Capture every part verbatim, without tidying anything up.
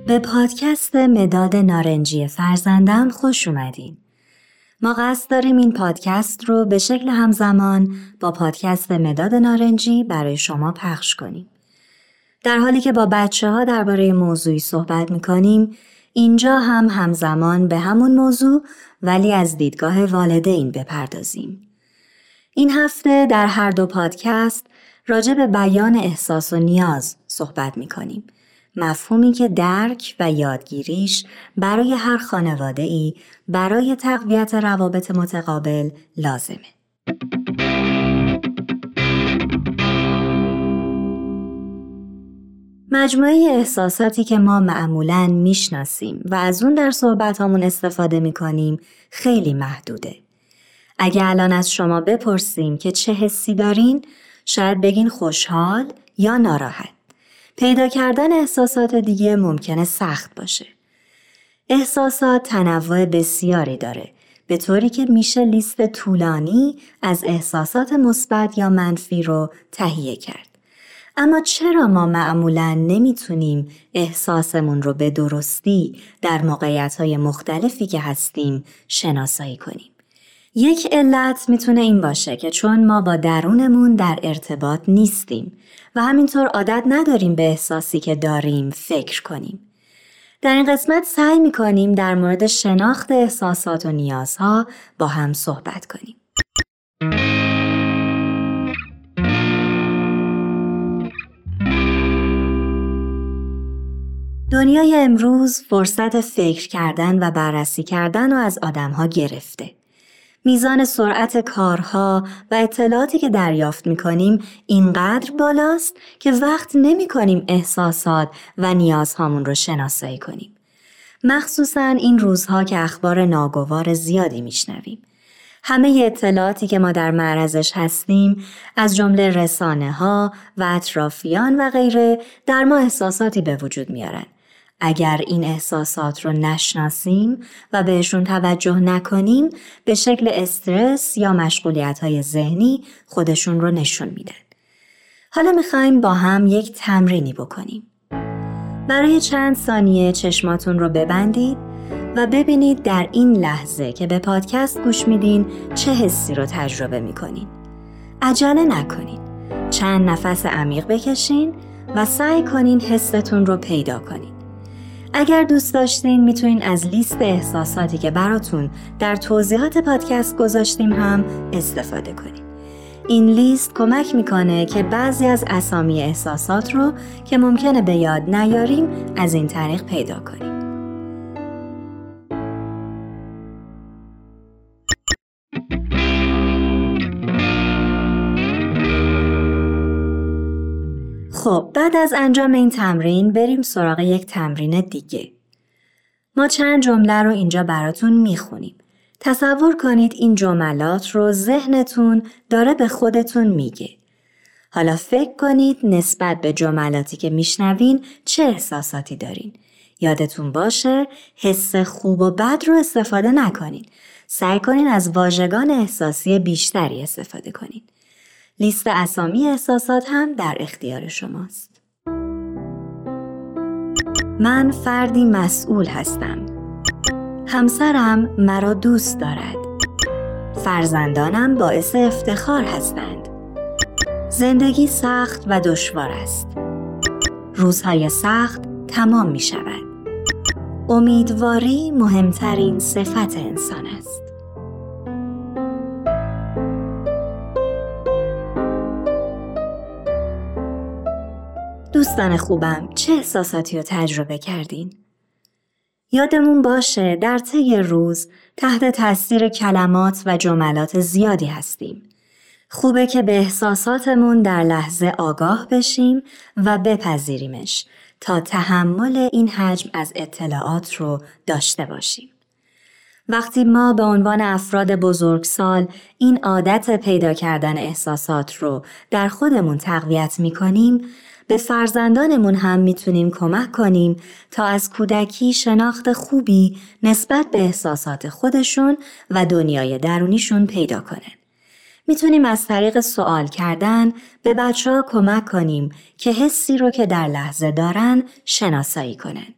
به پادکست مداد نارنجی فرزندم خوش اومدین. ما قصد داریم این پادکست رو به شکل همزمان با پادکست مداد نارنجی برای شما پخش کنیم. در حالی که با بچه ها درباره موضوعی صحبت میکنیم، اینجا هم همزمان به همون موضوع ولی از دیدگاه والدین بپردازیم. این هفته در هر دو پادکست راجع به بیان احساس و نیاز صحبت میکنیم. مفهومی که درک و یادگیریش برای هر خانواده‌ای برای تقویت روابط متقابل لازمه. مجموعه احساساتی که ما معمولاً میشناسیم و از اون در صحبتامون استفاده میکنیم خیلی محدوده. اگه الان از شما بپرسیم که چه حسی دارین، شاید بگین خوشحال یا ناراحت. پیدا کردن احساسات دیگه ممکنه سخت باشه. احساسات تنوع بسیاری داره، به طوری که میشه لیست طولانی از احساسات مثبت یا منفی رو تهیه کرد. اما چرا ما معمولاً نمیتونیم احساسمون رو به درستی در موقعیت‌های مختلفی که هستیم شناسایی کنیم؟ یک علت میتونه این باشه که چون ما با درونمون در ارتباط نیستیم و همینطور عادت نداریم به احساسی که داریم فکر کنیم. در این قسمت سعی میکنیم در مورد شناخت احساسات و نیازها با هم صحبت کنیم. دنیای امروز فرصت فکر کردن و بررسی کردن رو از آدمها گرفته. میزان سرعت کارها و اطلاعاتی که دریافت میکنیم اینقدر بالاست که وقت نمیکنیم احساسات و نیازهامون رو شناسایی کنیم. مخصوصاً این روزها که اخبار ناگوار زیادی میشنویم. همه اطلاعاتی که ما در معرضش هستیم از جمله رسانه‌ها و اطرافیان و غیره در ما احساساتی به وجود میارن. اگر این احساسات رو نشناسیم و بهشون توجه نکنیم، به شکل استرس یا مشغولیت‌های ذهنی خودشون رو نشون میدن. حالا میخوایم با هم یک تمرینی بکنیم. برای چند ثانیه چشماتون رو ببندید و ببینید در این لحظه که به پادکست گوش میدین چه حسی رو تجربه میکنین. عجله نکنین. چند نفس عمیق بکشین و سعی کنین حستون رو پیدا کنین. اگر دوست داشتین میتونین از لیست احساساتی که براتون در توضیحات پادکست گذاشتیم هم استفاده کنین. این لیست کمک میکنه که بعضی از اسامی احساسات رو که ممکنه به یاد نیاریم از این طریق پیدا کنیم. خب بعد از انجام این تمرین بریم سراغ یک تمرین دیگه. ما چند جمله رو اینجا براتون میخونیم. تصور کنید این جملات رو ذهنتون داره به خودتون میگه. حالا فکر کنید نسبت به جملاتی که میشنوین چه احساساتی دارین. یادتون باشه حس خوب و بد رو استفاده نکنین. سعی کنین از واژگان احساسی بیشتری استفاده کنین. لیست اسامی احساسات هم در اختیار شماست. من فردی مسئول هستم. همسرم مرا دوست دارد. فرزندانم باعث افتخار هستند. زندگی سخت و دشوار است. روزهای سخت تمام می شود. امیدواری مهمترین صفت انسان است. دوستان خوبم، چه احساساتی رو تجربه کردین؟ یادمون باشه در طی روز تحت تاثیر کلمات و جملات زیادی هستیم. خوبه که به احساساتمون در لحظه آگاه بشیم و بپذیریمش تا تحمل این حجم از اطلاعات رو داشته باشیم. وقتی ما به عنوان افراد بزرگسال این عادت پیدا کردن احساسات رو در خودمون تقویت می‌کنیم، به فرزندانمون هم میتونیم کمک کنیم تا از کودکی شناخت خوبی نسبت به احساسات خودشون و دنیای درونیشون پیدا کنن. میتونیم از طریق سوال کردن به بچه‌ها کمک کنیم که حسی رو که در لحظه دارن شناسایی کنن.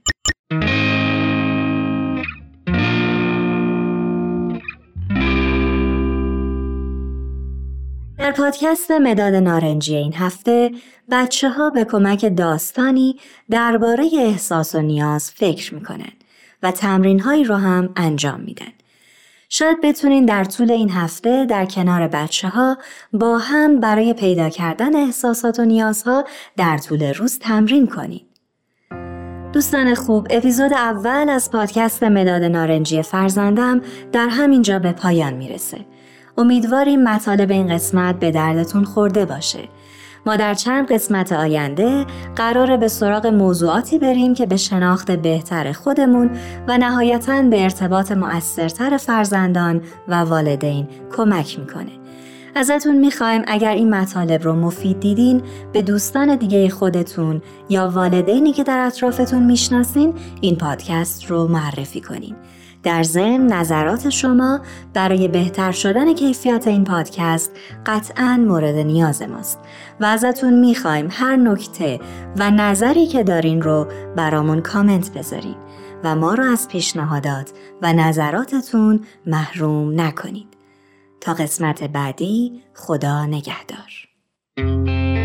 در پادکست مداد نارنجی این هفته بچه ها به کمک داستانی درباره احساس و نیاز فکر میکنن و تمرین هایی رو هم انجام میدن. شاید بتونین در طول این هفته در کنار بچه ها با هم برای پیدا کردن احساسات و نیازها در طول روز تمرین کنین. دوستان خوب، اپیزود اول از پادکست مداد نارنجی فرزندم در همین جا به پایان میرسه. امیدواریم مطالب این قسمت به دردتون خورده باشه. ما در چند قسمت آینده قراره به سراغ موضوعاتی بریم که به شناخت بهتر خودمون و نهایتاً به ارتباط مؤثرتر فرزندان و والدین کمک میکنه. ازتون میخوایم اگر این مطالب رو مفید دیدین به دوستان دیگه خودتون یا والدینی که در اطرافتون میشناسین این پادکست رو معرفی کنین. در ضمن نظرات شما برای بهتر شدن کیفیت این پادکست قطعاً مورد نیاز ماست و ازتون میخوایم هر نکته و نظری که دارین رو برامون کامنت بذارین و ما رو از پیشنهادات و نظراتتون محروم نکنید. تا قسمت بعدی، خدا نگهدار.